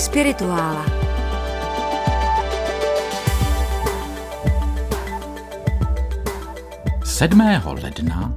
Spirituála. Sedmého ledna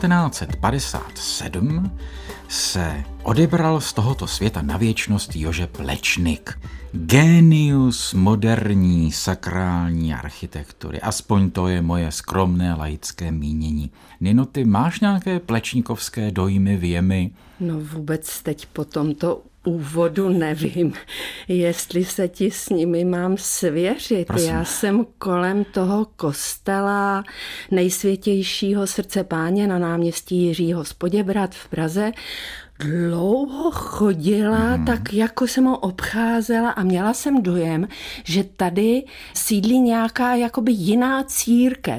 1957 se odebral z tohoto světa na věčnost Jože Plečnik. Génius moderní sakrální architektury. Aspoň to je moje skromné laické mínění. Nino, ty máš nějaké plečníkovské dojmy, věmy? No vůbec teď po tomto úvodu nevím, jestli se ti s nimi mám svěřit. Prosím. Já jsem kolem toho kostela Nejsvětějšího srdce Páně na náměstí Jiřího z Poděbrad v Praze dlouho chodila, tak jako jsem ho obcházela a měla jsem dojem, že tady sídlí nějaká jakoby jiná církev.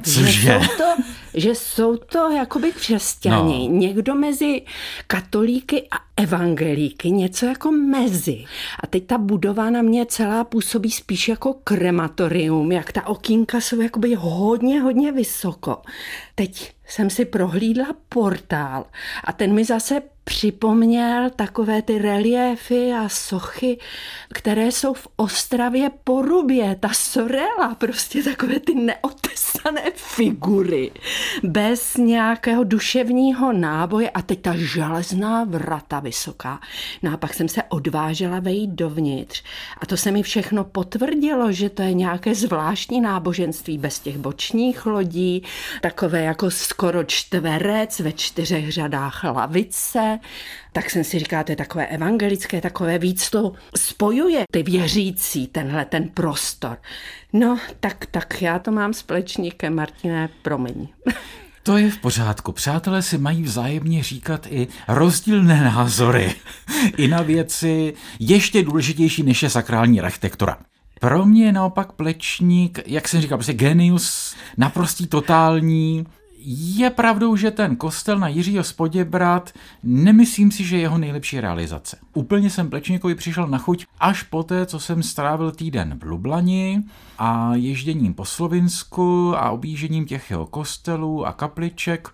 Že jsou to jakoby křesťani. No. Někdo mezi katolíky a evangelíky, něco jako mezi. A teď ta budova na mě celá působí spíš jako krematorium, jak ta okýnka jsou jakoby hodně vysoko. Teď jsem si prohlídla portál a ten mi zase připomněl takové ty reliéfy a sochy, které jsou v Ostravě Porubě, ta Sorela, prostě takové ty neotesané figury, bez nějakého duševního náboje a teď ta železná vrata vysoká. No a pak jsem se odvážela vejít dovnitř a to se mi všechno potvrdilo, že to je nějaké zvláštní náboženství bez těch bočních lodí, takové jako skoro čtverec ve 4 řadách lavice. Tak jsem si říkala, to je takové evangelické, takové víc to spojuje ty věřící, ten prostor. No, tak já to mám s Plečníkem, Martine, promiň. To je v pořádku. Přátelé si mají vzájemně říkat i rozdílné názory. I na věci ještě důležitější, než je sakrální architektura. Pro mě je naopak Plečník, jak jsem říkal, prostě genius, naprostý, totální. Je pravdou, že ten kostel na Jiřího z Poděbrad, nemyslím si, že je jeho nejlepší realizace. Úplně jsem Plečníkovi přišel na chuť až poté, co jsem strávil týden v Lublani a ježděním po Slovinsku a objížením těch jeho kostelů a kapliček.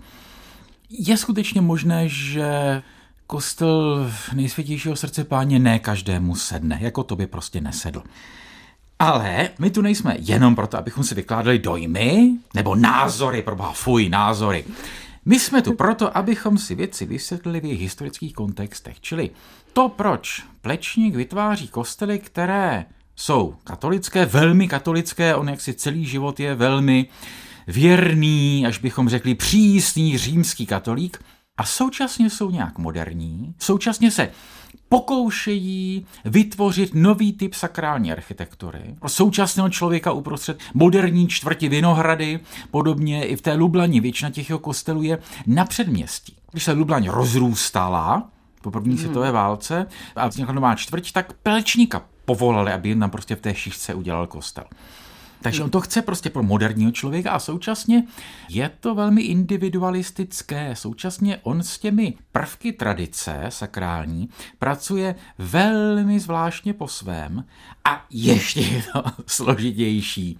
Je skutečně možné, že kostel Nejsvětějšího srdce Páně ne každému sedne, jako to by prostě nesedl. Ale my tu nejsme jenom proto, abychom si vykládali dojmy, nebo názory, názory. My jsme tu proto, abychom si věci vysvětlili v jejich historických kontextech. Čili to, proč Plečník vytváří kostely, které jsou katolické, velmi katolické, on jaksi celý život je velmi věrný, až bychom řekli přísný římský katolík, a současně jsou nějak moderní, současně se pokoušejí vytvořit nový typ sakrální architektury. Pro současného člověka uprostřed moderní čtvrti Vinohrady, podobně i v té Lublani, většina těch jeho kostelů je na předměstí. Když se Lublaň rozrůstala po první světové válce a vznikla nová čtvrť, tak Plečníka povolali, aby jen tam prostě v té šišce udělal kostel. Takže on to chce prostě pro moderního člověka a současně je to velmi individualistické. Současně on s těmi prvky tradice sakrální pracuje velmi zvláštně po svém a ještě je to složitější.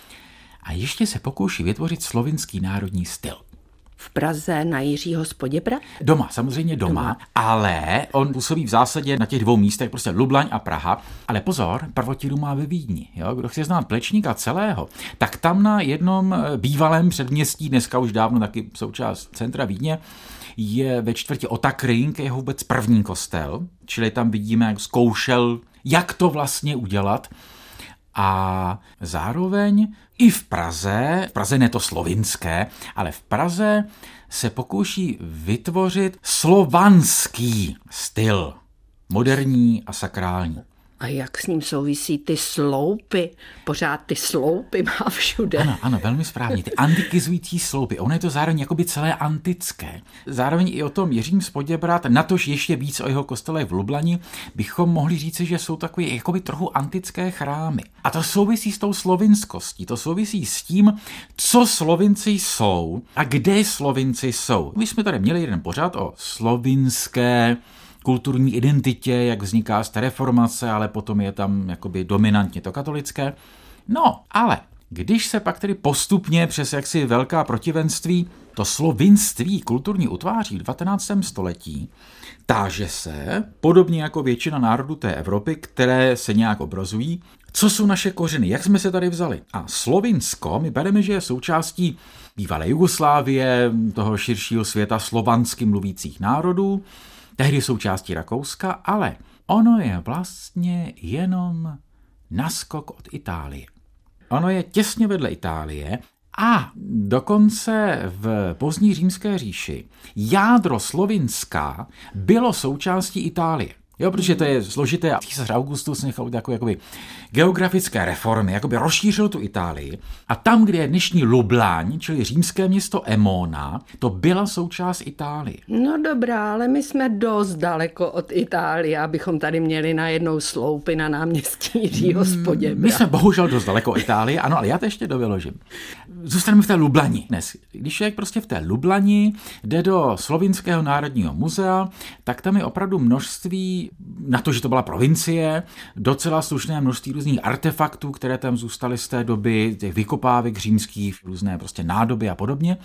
A ještě se pokouší vytvořit slovinský národní styl. V Praze na Jiřího z Poděbrad? Doma, samozřejmě doma, ale on působí v zásadě na těch 2 místech, prostě Lublaň a Praha. Ale pozor, prvotíru má ve Vídni. Jo? Kdo chce znát Plečníka celého, tak tam na jednom bývalém předměstí, dneska už dávno taky součást centra Vídně, je ve čtvrti Ottakring, je vůbec první kostel, čili tam vidíme, jak zkoušel, jak to vlastně udělat. A zároveň i v Praze ne to slovinské, ale v Praze se pokouší vytvořit slovanský styl, moderní a sakrální. A jak s ním souvisí ty sloupy? Pořád ty sloupy má všude. Ano, velmi správně. Ty antikizující sloupy. Ono je to zároveň jakoby celé antické. Zároveň i o tom Jiřím z Poděbrad, natož ještě víc o jeho kostele v Lublani, bychom mohli říci, že jsou takové jakoby trochu antické chrámy. A to souvisí s tou slovinskostí. To souvisí s tím, co Slovinci jsou a kde Slovinci jsou. My jsme tady měli jeden pořad o slovinské kulturní identitě, jak vzniká z té reformace, ale potom je tam jakoby dominantně to katolické. No, ale Když se pak tedy postupně přes jaksi velká protivenství to slovinství kulturní utváří v 19. století, táže se, podobně jako většina národů té Evropy, které se nějak obrazují, co jsou naše kořeny, jak jsme se tady vzali. A Slovinsko, my bereme, že je součástí bývalé Jugoslávie, toho širšího světa slovansky mluvících národů, tehdy součástí Rakouska, ale ono je vlastně jenom naskok od Itálie. Ono je těsně vedle Itálie a dokonce v pozdní římské říši jádro Slovinska bylo součástí Itálie. Jo, protože to je složité a císař Augustus nechal jakoby geografické reformy, jakoby rozšířil tu Itálii a tam, kde je dnešní Lublaň, čili římské město Emona, to byla součást Itálie. No dobrá, ale my jsme dost daleko od Itálie, abychom tady měli najednou sloupy na náměstí Jiřího z Poděbrad. My jsme bohužel dost daleko od Itálie, ano, ale já to ještě dovyložím. Zůstaneme v té Lublani dnes. Když člověk prostě v té Lublani jde do Slovinského národního muzea, tak tam je opravdu množství, na to, že to byla provincie, docela slušné množství různých artefaktů, které tam zůstaly z té doby, těch vykopávek římských, různé prostě nádoby a podobně.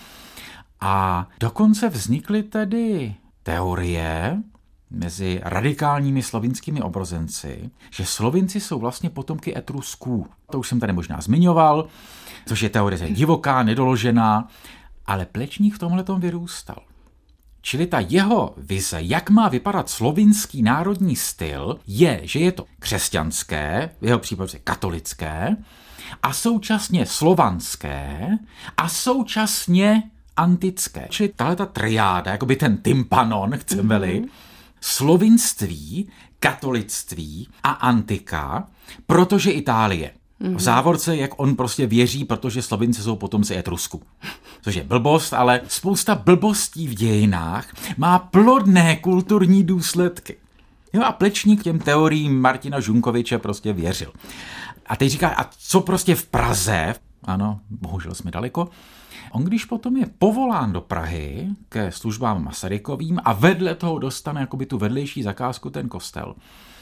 A dokonce vznikly tedy teorie mezi radikálními slovinskými obrozenci, že Slovinci jsou vlastně potomky Etrusků. To už jsem tady možná zmiňoval, což je teorie divoká, nedoložená, ale Plečník v tomhletom vyrůstal. Čili ta jeho vize, jak má vypadat slovinský národní styl, je, že je to křesťanské, v jeho případě katolické, a současně slovanské a současně antické. Čili tahleta triáda, jakoby ten tympanon, chceme-li, slovinství, katolictví a antika, protože Itálie. V závorce, jak on prostě věří, protože Slovinci jsou potomci Etrusku. Což je blbost, ale spousta blbostí v dějinách má plodné kulturní důsledky. Jo, a Plečník těm teoriím Martina Žunkoviče prostě věřil. A teď říká, a co prostě v Praze? Ano, bohužel jsme daleko. On když potom je povolán do Prahy ke službám Masarykovým a vedle toho dostane jakoby tu vedlejší zakázku ten kostel,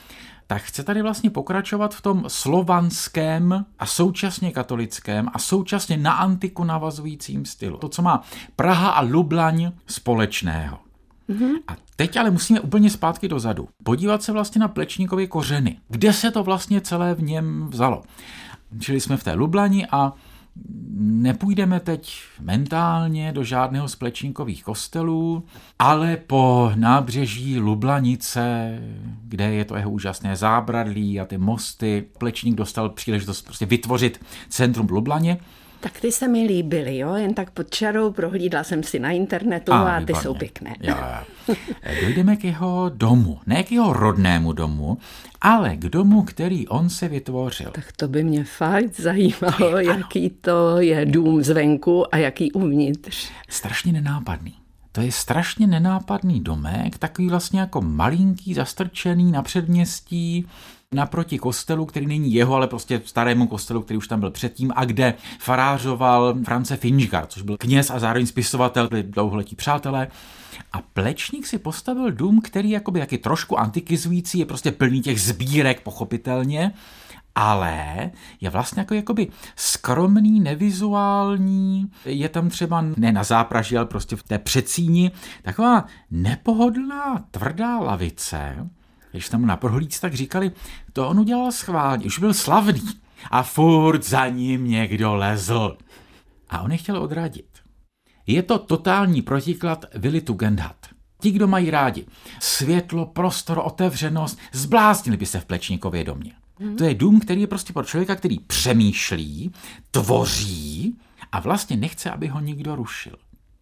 tak chce tady vlastně pokračovat v tom slovanském a současně katolickém a současně na antiku navazujícím stylu. To, co má Praha a Lublaň společného. A teď ale musíme úplně zpátky dozadu. Podívat se vlastně na Plečníkovy kořeny. Kde se to vlastně celé v něm vzalo? Čili jsme v té Lublani a nepůjdeme teď mentálně do žádného z Plečníkových kostelů, ale po nábřeží Lublanice, kde je to jeho úžasné zábradlí a ty mosty. Plečník dostal příležitost prostě vytvořit centrum v Lublaně. Tak ty se mi líbily, jo? Jen tak pod čarou prohlídla jsem si na internetu a ty jsou pěkné. Jo. Dojdeme k jeho domu. Ne k jeho rodnému domu, ale k domu, který on se vytvořil. Tak to by mě fakt zajímalo, jaký to je dům zvenku a jaký uvnitř. Strašně nenápadný. To je strašně nenápadný domek, takový vlastně jako malinký, zastrčený na předměstí, naproti kostelu, který není jeho, ale prostě starému kostelu, který už tam byl předtím a kde farářoval France Finchgard, což byl kněz a zároveň spisovatel, byli dlouholetí přátelé. A Plečník si postavil dům, který jakoby taky trošku antikizující, je prostě plný těch sbírek, pochopitelně, ale je vlastně jakoby skromný, nevizuální, je tam třeba ne na zápraží, ale prostě v té předsíni taková nepohodlná, tvrdá lavice. Když tam na prohlídce, tak říkali, to on udělal schválně, už byl slavný a furt za ním někdo lezl. A on je chtěl odradit. Je to totální protiklad Willy Tugendhat. Ti, kdo mají rádi světlo, prostor, otevřenost, zbláznili by se v Plečníkově domě. To je dům, který je prostě pro člověka, který přemýšlí, tvoří a vlastně nechce, aby ho nikdo rušil.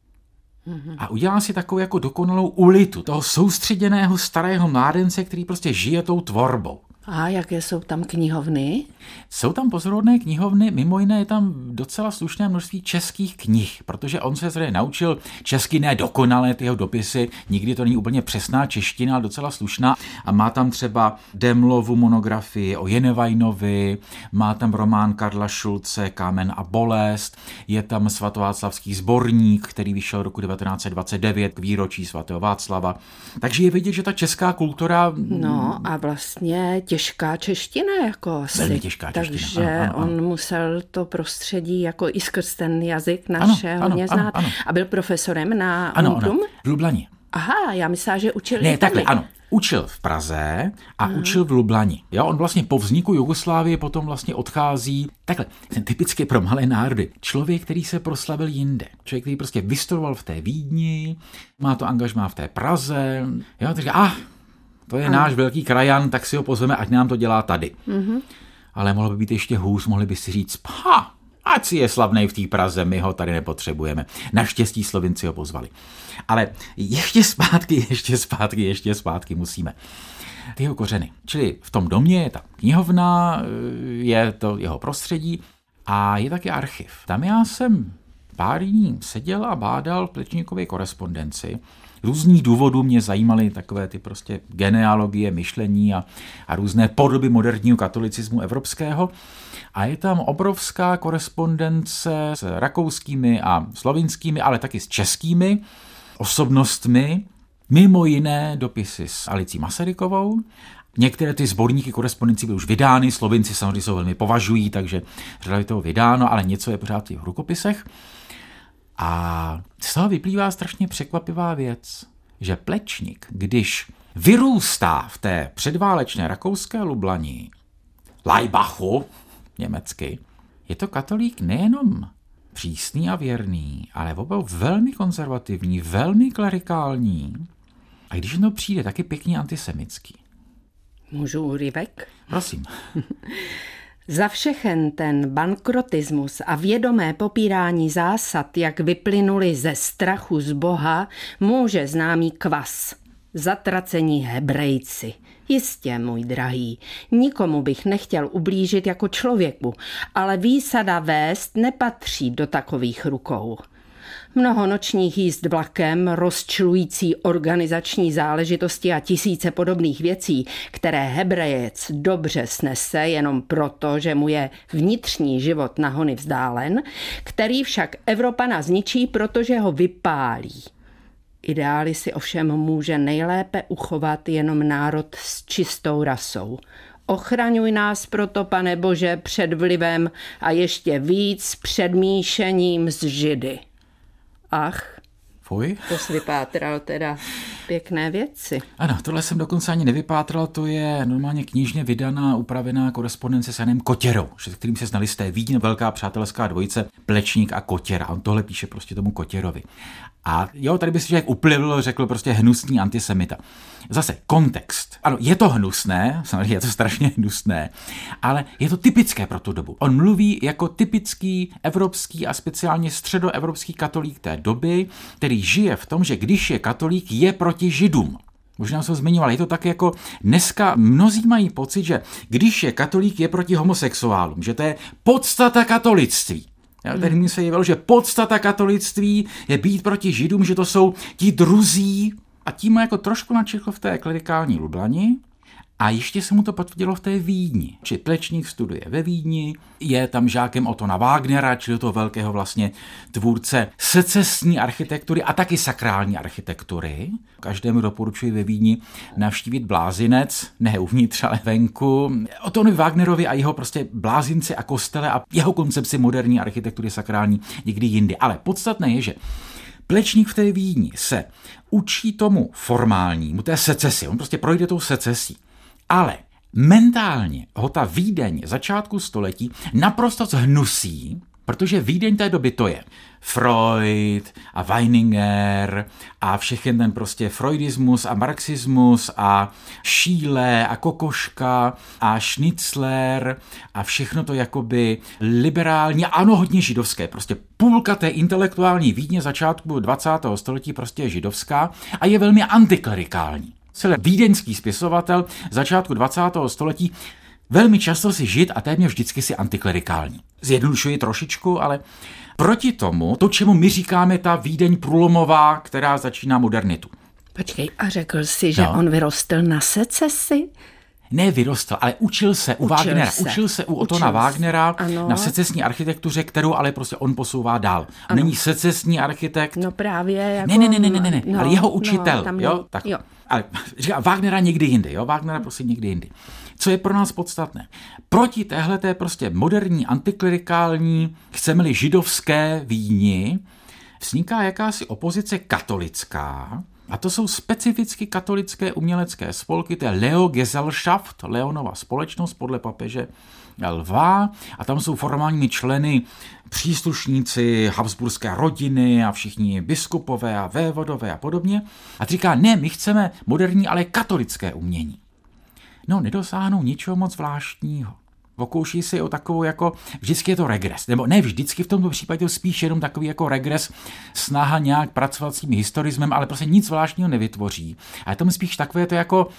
A udělá si takovou jako dokonalou ulitu toho soustředěného starého mládence, který prostě žije tou tvorbou. A jaké jsou tam knihovny? Jsou tam pozoruhodné knihovny, mimo jiné je tam docela slušné množství českých knih, protože on se tady naučil česky ne dokonale, ty jeho dopisy, nikdy to není úplně přesná čeština, ale docela slušná. A má tam třeba Demlovu monografii o Jenevajnovi, má tam román Karla Šulce Kámen a bolest, je tam svatováclavský sborník, který vyšel roku 1929 k výročí svatého Václava. Takže je vidět, že ta česká kultura... No a vlastně těžká čeština jako asi. Velmi těžká čeština. Takže ano. on musel to prostředí jako i skrz ten jazyk naše hodně znát. Ano. A byl profesorem na Ano, Umprum? v Lublani. Aha, já myslela, že učil Ne, i takhle, tady. ano. Učil v Praze a učil v Lublani. Jo, on vlastně po vzniku Jugoslávie potom vlastně odchází. Takhle, ten typicky pro malé národy. Člověk, který se proslavil jinde. Člověk, který prostě vystudoval v té Vídni, má to angažmá v té Praze. Jo, takže to je náš velký krajan, tak si ho pozveme, ať nám to dělá tady. Ale mohlo by být ještě hůř, mohli by si říct, ať si je slavnej v té Praze, my ho tady nepotřebujeme. Naštěstí Slovinci ho pozvali. Ale ještě zpátky musíme. Ty jeho kořeny. Čili v tom domě je ta knihovna, je to jeho prostředí a je taky archiv. Tam já jsem pár dní seděl a bádal v Plečníkově korespondenci. Různých důvodů mě zajímaly takové ty prostě genealogie, myšlení a různé podoby moderního katolicismu evropského. A je tam obrovská korespondence s rakouskými a slovinskými, ale taky s českými osobnostmi, mimo jiné dopisy s Alicí Masarykovou. Některé ty sborníky korespondencí byly už vydány, Slovinci samozřejmě jsou velmi považují, takže řada je toho vydáno, ale něco je pořád v těch rukopisech. A z toho vyplývá strašně překvapivá věc, že Plečník, když vyrůstá v té předválečné rakouské Lublani, Laibachu, německy, je to katolík nejenom přísný a věrný, ale opravdu velmi konzervativní, velmi klerikální. A když to přijde, taky pěkně antisemický. Můžu úryvek? Prosím. Za všechen ten bankrotismus a vědomé popírání zásad, jak vyplynuly ze strachu z Boha, může známý kvas. Zatracení Hebrejci. Jistě, můj drahý, nikomu bych nechtěl ublížit jako člověku, ale výsada vést nepatří do takových rukou. Mnoho nočních jízd vlakem, rozčilující organizační záležitosti a tisíce podobných věcí, které Hebrejec dobře snese jenom proto, že mu je vnitřní život na hony vzdálen, který však Evropana zničí, protože ho vypálí. Ideály si ovšem může nejlépe uchovat jenom národ s čistou rasou. Ochraňuj nás proto, Pane Bože, před vlivem a ještě víc před míšením s Židy. Ach, Fuj. to jsi vypátral teda pěkné věci. Ano, tohle jsem dokonce ani nevypátral, to je normálně knižně vydaná, upravená korespondence s Janem Kotěrou, s kterým se znali z té Vídně, velká přátelská dvojice, Plečník a Kotěra. On tohle píše prostě tomu Kotěrovi. A jo, tady by si člověk uplivl, řekl prostě hnusný antisemita. Zase, kontext. Ano, je to hnusné, samozřejmě je to strašně hnusné, ale je to typické pro tu dobu. On mluví jako typický evropský a speciálně středoevropský katolík té doby, který žije v tom, že když je katolík, je proti Židům. Možná jsem zmiňoval, je to tak jako dneska mnozí mají pocit, že když je katolík, je proti homosexuálům, že to je podstata katolictví. Tady mi se jevilo, že podstata katolictví je být proti Židům, že to jsou ti druzí. A tím jako trošku načetl v té klerikální Lublani a ještě se mu to potvrdilo v té Vídni. Či Plečník studuje ve Vídni, je tam žákem Ottona Wagnera, čili toho velkého vlastně tvůrce secesní architektury a taky sakrální architektury. Každému doporučuji ve Vídni navštívit Blázinec, ne uvnitř, ale venku. Ottonovi Wagnerovi a jeho prostě blázinci a kostele a jeho koncepci moderní architektury sakrální někdy jindy. Ale podstatné je, že Plečník v té Vídni se učí tomu formálnímu, té secesi, on prostě projde tou secesí, ale mentálně ho ta Vídeň začátku století naprosto zhnusí, protože Vídeň té doby to je Freud a Weininger a všechen ten prostě freudismus a marxismus a Schiele a Kokoška a Schnitzler a všechno to jakoby liberální, ano, hodně židovské. Prostě půlka té intelektuální Vídně začátku 20. století prostě je židovská a je velmi antiklerikální. Celý vídeňský spisovatel začátku 20. století velmi často si žid a téměř vždycky si antiklerikální. Zjednodušuji trošičku, ale proti tomu, to, čemu my říkáme ta Vídeň průlomová, která začíná modernitu. Počkej, a řekl jsi, že on vyrostl na secesi? Ne vyrostl, ale učil se u Wagnera. Učil se u Ottona Wagnera na secesní architektuře, kterou ale prostě on posouvá dál. Není secesní architekt. No právě jako... Ne, ale jeho učitel. Jo? Tak. Jo. Ale říkám, Wagnera někdy jindy, jo? Wagnera prosím někdy jindy. Co je pro nás podstatné? Proti téhleté prostě moderní, antiklerikální, chceme-li židovské výni, vzniká jakási opozice katolická, a to jsou specificky katolické umělecké spolky, to je Leo Gesellschaft, Leonova společnost podle papeže Lva, a tam jsou formálními členy příslušníci habsburské rodiny a všichni biskupové a vévodové a podobně. A říká, ne, my chceme moderní, ale katolické umění. No, nedosáhnou ničeho moc zvláštního. Pokouší se o takovou jako, vždycky je to regres, nebo ne vždycky, v tomto případě to spíš jenom takový jako regres, snaha nějak pracovat s tím historismem, ale prostě nic zvláštního nevytvoří. A je to spíš takové to jako,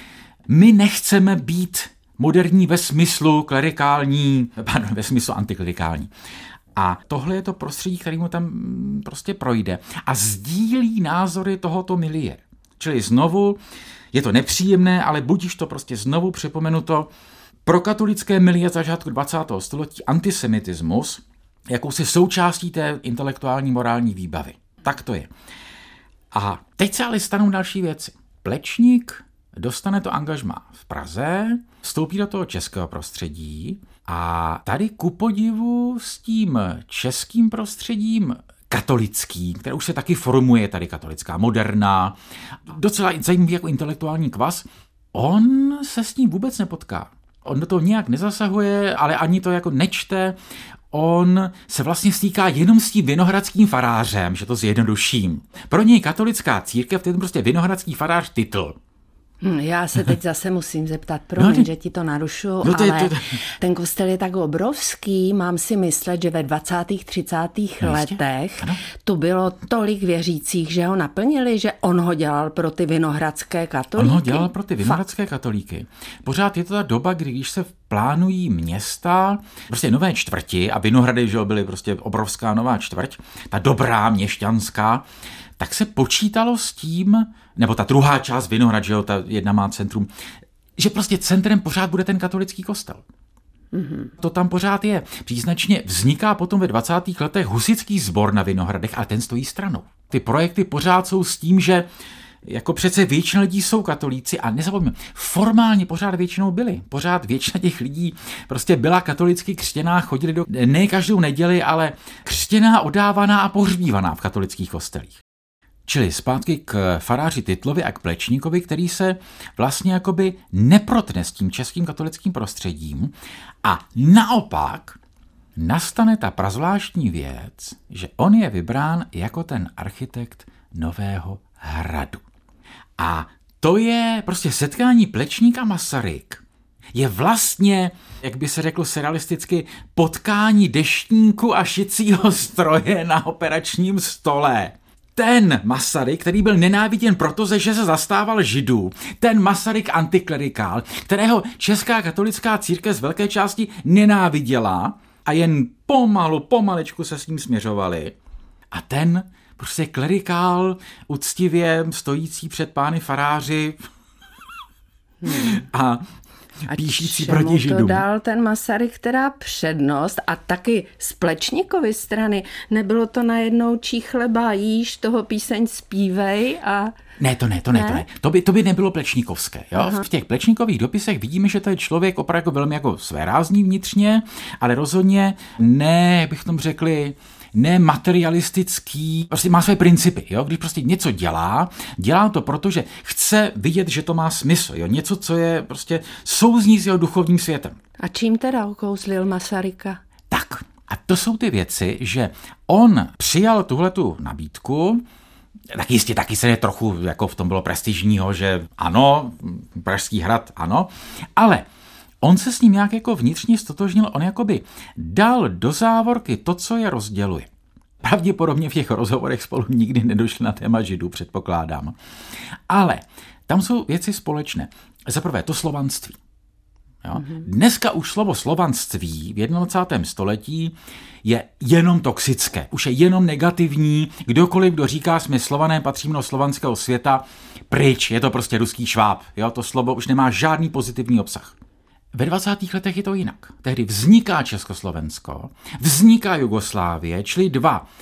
my nechceme být moderní ve smyslu klerikální, pardon, ve smyslu antiklerikální. A tohle je to prostředí, kterému tam prostě projde a sdílí názory tohoto milie. Čili znovu, je to nepříjemné, ale budíš to prostě znovu připomenuto, pro katolické milie začátku 20. století antisemitismus jakousi součástí té intelektuální morální výbavy. Tak to je. A teď se ale stanou další věci. Plečník dostane to angažmá v Praze, vstoupí do toho českého prostředí a tady ku podivu s tím českým prostředím katolickým, které už se taky formuje tady katolická moderna, docela zajímavý jako intelektuální kvas, on se s ním vůbec nepotká. On do toho nějak nezasahuje, ale ani to jako nečte. On se vlastně stýká jenom s tím vinohradským farářem, že to zjednoduším. Pro něj katolická církev, to je prostě vinohradský farář titul. Já se teď zase musím zeptat, promiň, že ti to narušu, ale ten kostel je tak obrovský, mám si myslet, že ve 20. 30. letech to bylo tolik věřících, že ho naplnili, že on ho dělal pro ty vinohradské katolíky. On ho dělal pro ty vinohradské katolíky. Pořád je to ta doba, když se plánují města, prostě nové čtvrti, a Vinohrady, že byly prostě obrovská nová čtvrť, ta dobrá měšťanská, tak se počítalo s tím, nebo ta druhá část Vinohrad, že jo, ta jedna má centrum, že prostě centrem pořád bude ten katolický kostel. Mm-hmm. To tam pořád je. Příznačně vzniká potom ve 20. letech husitský sbor na Vinohradech, ale ten stojí stranou. Ty projekty pořád jsou s tím, že jako přece většina lidí jsou katolíci a nezapomeňme, formálně pořád většinou byli. Pořád většina těch lidí prostě byla katolicky křtěná, chodili do, ne každou neděli, ale křtěná, odávaná a pohřbívaná v katolických kostelích. Čili zpátky k faráři Titlovi a k Plečníkovi, který se vlastně jakoby neprotne s tím českým katolickým prostředím a naopak nastane ta prazvláštní věc, že on je vybrán jako ten architekt Nového hradu. A to je prostě setkání Plečník a Masaryk. Je vlastně, jak by se řeklo surrealisticky, potkání deštníku a šicího stroje na operačním stole. Ten Masaryk, který byl nenáviděn protože že se zastával židů, ten Masaryk antiklerikál, kterého česká katolická církev z velké části nenáviděla a jen pomalečku se s ním směřovali. A ten prostě klerikál, uctivě stojící před pány faráři a píšící proti židům. To dal ten Masaryk teda přednost a taky z Plečníkovy strany. Nebylo to najednou čí chleba jíš, toho píseň zpívej a... Ne. To by nebylo plečníkovské. Jo? V těch plečníkových dopisech vidíme, že to je člověk opravdu velmi jako svérázný vnitřně, ale rozhodně ne, jak bych tomu řekli, ne materialistický, prostě má své principy. Jo? Když prostě něco dělá to proto, že chce vidět, že to má smysl. Jo? Něco, co je prostě souzní s jeho duchovním světem. A čím teda okouzlil Masaryka? Tak, a to jsou ty věci, že on přijal tuhletu nabídku, tak jistě taky se trochu, jako v tom bylo prestižního, že ano, Pražský hrad, ano, ale on se s ním nějak jako vnitřně stotožnil, on jakoby dal do závorky to, co je rozděluje. Pravděpodobně v těch rozhovorech spolu nikdy nedošli na téma židů, předpokládám. Ale tam jsou věci společné. Za prvé to slovanství. Jo? Dneska už slovo slovanství v 21. století je jenom toxické, už je jenom negativní. Kdokoliv, kdo říká, jsme Slované, patříme do slovanského světa, pryč, je to prostě ruský šváb. Jo? To slovo už nemá žádný pozitivní obsah. Ve 20. letech je to jinak. Tehdy vzniká Československo, vzniká Jugoslávie, čili dva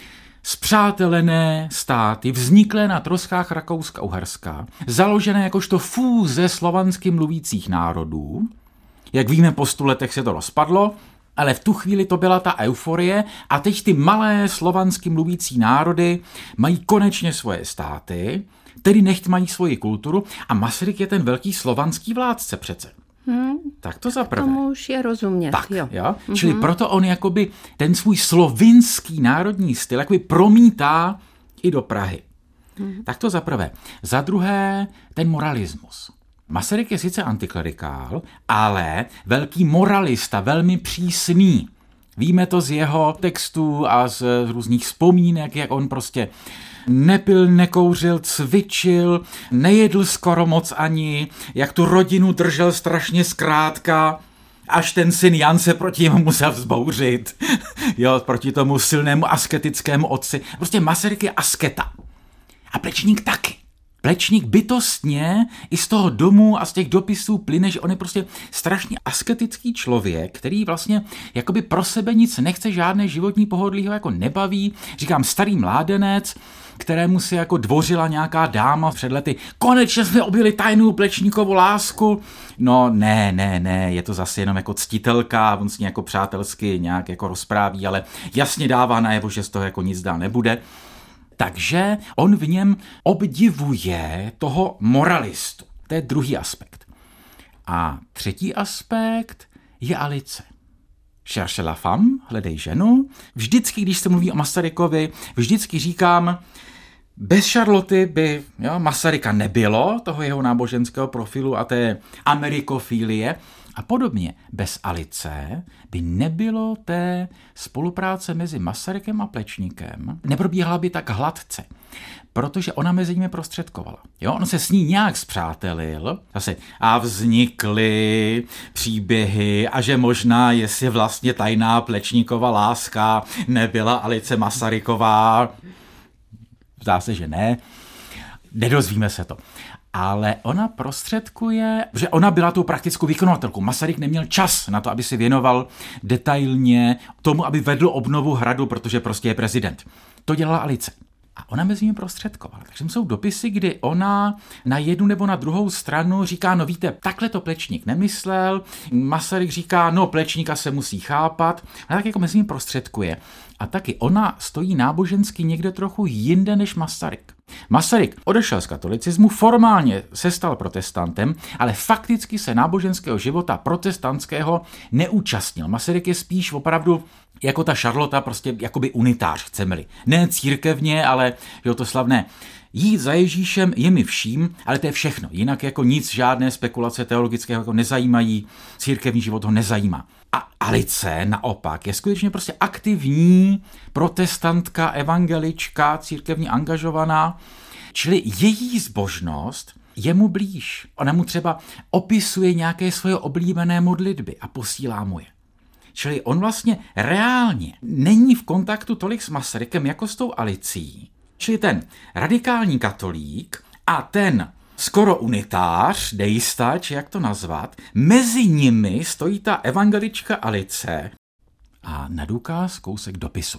spřátelené státy, vzniklé na troskách Rakouska-Uherska, založené jakožto fúze slovansky mluvících národů. Jak víme, po 100 letech se to rozpadlo, ale v tu chvíli to byla ta euforie a teď ty malé slovansky mluvící národy mají konečně svoje státy, tedy nechť mají svoji kulturu a Masaryk je ten velký slovanský vládce přece. Tak to zaprvé. Tomu už je rozumět. Tak, jo. Čili proto on jakoby ten svůj slovinský národní styl jakoby promítá i do Prahy. Tak to zaprvé. Za druhé ten moralismus. Masaryk je sice antiklerikál, ale velký moralista, velmi přísný. Víme to z jeho textů a z různých vzpomínek, jak on prostě nepil, nekouřil, cvičil, nejedl skoro moc ani, jak tu rodinu držel strašně zkrátka, až ten syn Jan se proti němu musel vzbouřit. Jo, proti tomu silnému asketickému otci. Prostě Masaryk je asketa. A Plečník taky. Plečník bytostně i z toho domu a z těch dopisů plyne, že on je prostě strašně asketický člověk, který vlastně jakoby pro sebe nic nechce, žádné životní pohodlí ho jako nebaví. Říkám, starý mládenec, kterému si jako dvořila nějaká dáma před lety. Konečně jsme objeli tajnou Plečníkovu lásku. No ne, je to zase jenom jako ctitelka, on s ní jako přátelsky nějak jako rozpráví, ale jasně dává najevo, že z toho jako nic dál nebude. Takže on v něm obdivuje toho moralistu. To je druhý aspekt. A třetí aspekt je Alice. Cherche la femme, hledej ženu. Vždycky, když se mluví o Masarykovi, vždycky říkám, bez Charloty by Masaryka nebylo, toho jeho náboženského profilu a té amerikofilie. A podobně, bez Alice by nebylo té spolupráce mezi Masarykem a Plečníkem, neprobíhala by tak hladce, protože ona mezi nimi prostředkovala. Jo, on se s ní nějak spřátelil, zase a vznikly příběhy a že možná, jestli vlastně tajná Plečníkova láska nebyla Alice Masaryková, zdá se, že ne, nedozvíme se to. Ale ona prostředkuje, že ona byla tou praktickou vykonavatelkou. Masaryk neměl čas na to, aby si věnoval detailně tomu, aby vedl obnovu hradu, protože prostě je prezident. To dělala Alice. A ona mezi nimi prostředkovala. Takže jsou dopisy, kdy ona na jednu nebo na druhou stranu říká, no víte, takhle to Plečník nemyslel. Masaryk říká, no Plečníka se musí chápat. A tak jako mezi nimi prostředkuje. A taky ona stojí nábožensky někde trochu jinde než Masaryk. Masaryk odešel z katolicismu, formálně se stal protestantem, ale fakticky se náboženského života protestantského neúčastnil. Masaryk je spíš opravdu jako ta Charlotte, prostě jakoby unitář, chceme-li. Ne církevně, ale jo, to slavné. Jít za Ježíšem je mi vším, ale to je všechno. Jinak jako nic, žádné spekulace teologického jako nezajímají, církevní život ho nezajímá. A Alice naopak je skutečně prostě aktivní protestantka, evangelička, církevně angažovaná, čili její zbožnost je mu blíž. Ona mu třeba opisuje nějaké svoje oblíbené modlitby a posílá mu je. Čili on vlastně reálně není v kontaktu tolik s Masarykem jako s tou Alicí. Čili ten radikální katolík a ten skoro unitář, deista, či jak to nazvat, mezi nimi stojí ta evangelička Alice a na důkaz kousek dopisu.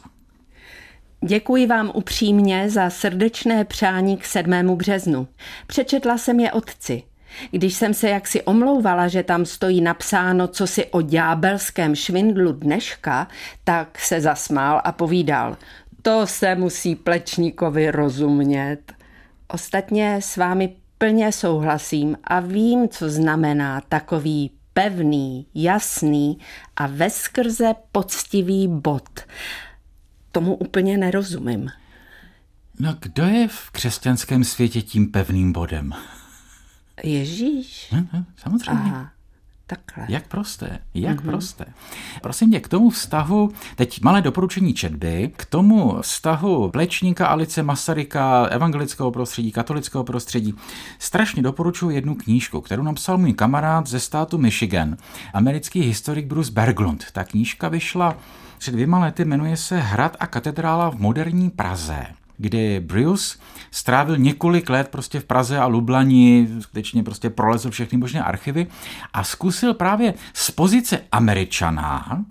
Děkuji vám upřímně za srdečné přání k 7. březnu. Přečetla jsem je otci. Když jsem se jaksi omlouvala, že tam stojí napsáno cosi o ďábelském švindlu dneška, tak se zasmál a povídal, to se musí Plečníkovi rozumět. Ostatně s vámi plně souhlasím a vím, co znamená takový pevný, jasný a veskrze poctivý bod. Tomu úplně nerozumím. No kdo je v křesťanském světě tím pevným bodem? Ježíš? Samozřejmě. Aha, takhle. Jak prosté. Prosím tě, k tomu vztahu, teď malé doporučení četby, k tomu vztahu Plečníka, Alice, Masaryka, evangelického prostředí, katolického prostředí, strašně doporučuji jednu knížku, kterou napsal můj kamarád ze státu Michigan, americký historik Bruce Berglund. Ta knížka vyšla před 2 lety, jmenuje se Hrad a katedrála v moderní Praze, kdy Bruce strávil několik let prostě v Praze a Lublani, skutečně prostě prolezl všechny možné archivy a zkusil právě z pozice Američana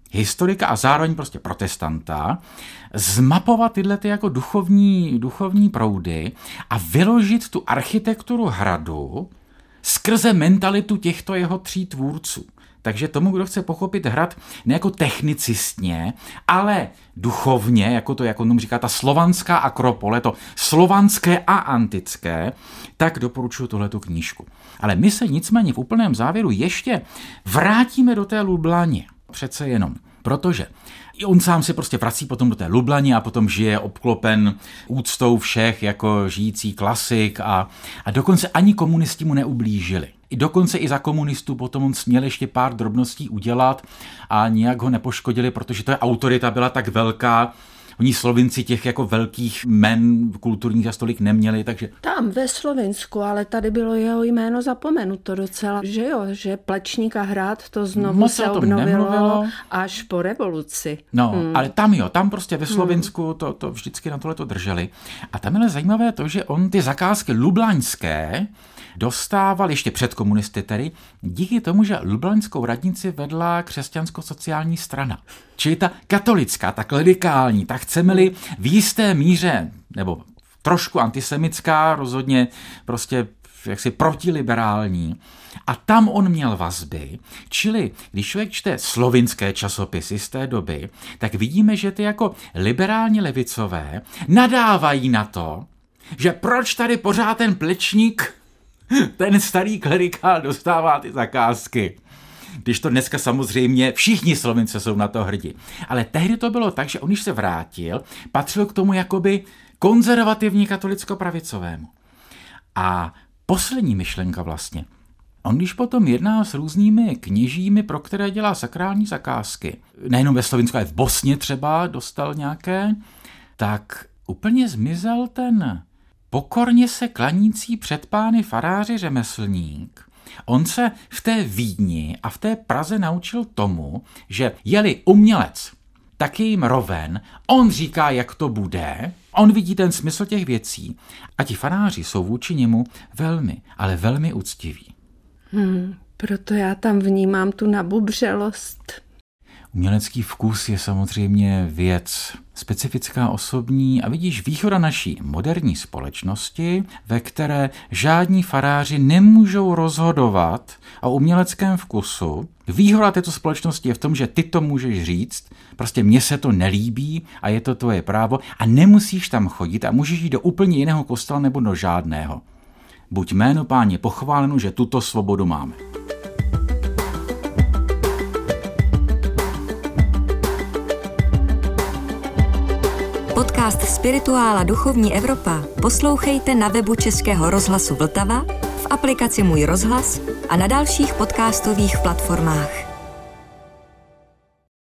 historika a zároveň prostě protestanta, zmapovat tyhle ty jako duchovní proudy a vyložit tu architekturu hradu skrze mentalitu těchto jeho 3 tvůrců. Takže tomu, kdo chce pochopit hrad ne jako technicistně, ale duchovně, jako to, jak on říká, ta slovanská akropole, to slovanské a antické, tak doporučuji tuhletu knížku. Ale my se nicméně v úplném závěru ještě vrátíme do té Lublaně. Přece jenom. Protože on sám se prostě vrací potom do té Lublani a potom žije obklopen úctou všech jako žijící klasik a dokonce ani komunisti mu neublížili. Dokonce i za komunistů potom on směl ještě pár drobností udělat a nijak ho nepoškodili, protože to autorita byla tak velká. Oni Slovinci těch jako velkých jmen kulturních za stolik neměli, takže... Tam ve Slovinsku, ale tady bylo jeho jméno zapomenuto docela, že jo, že Plečník a hrad to znovu se obnovilo až po revoluci. No, ale tam prostě ve Slovinsku to vždycky na tohleto drželi. A tam je zajímavé to, že on ty zakázky lublaňské dostával ještě před komunisty tedy, díky tomu, že lublaňskou radnici vedla křesťansko-sociální strana. Čili ta katolická, ta klerikální, ta chceme-li v jisté míře, nebo trošku antisemická, rozhodně prostě jaksi protiliberální. A tam on měl vazby, čili když člověk čte slovinské časopisy z té doby, tak vidíme, že ty jako liberálně levicové nadávají na to, že proč tady pořád ten Plečník, ten starý klerikál dostává ty zakázky. Když to dneska samozřejmě všichni Slovinci jsou na to hrdí. Ale tehdy to bylo tak, že on, když se vrátil, patřil k tomu jakoby konzervativní katolicko-pravicovému. A poslední myšlenka vlastně. On když potom jedná s různými kněžími, pro které dělá sakrální zakázky, nejenom ve Slovinsku, ale v Bosně třeba dostal nějaké, tak úplně zmizel ten pokorně se klanící před pány faráři řemeslník. On se v té Vídni a v té Praze naučil tomu, že je-li umělec, tak je jim roven, on říká, jak to bude, on vidí ten smysl těch věcí a ti faráři jsou vůči němu velmi, ale velmi úctiví. Proto já tam vnímám tu nabubřelost. Umělecký vkus je samozřejmě věc specifická, osobní a vidíš výhoda naší moderní společnosti, ve které žádní faráři nemůžou rozhodovat o uměleckém vkusu. Výhoda této společnosti je v tom, že ty to můžeš říct, prostě mně se to nelíbí a je to tvoje právo a nemusíš tam chodit a můžeš jít do úplně jiného kostela nebo do žádného. Buď jméno Páně pochváleno, že tuto svobodu máme. Podcast Spirituála Duchovní Evropa poslouchejte na webu Českého rozhlasu Vltava, v aplikaci Můj rozhlas a na dalších podcastových platformách.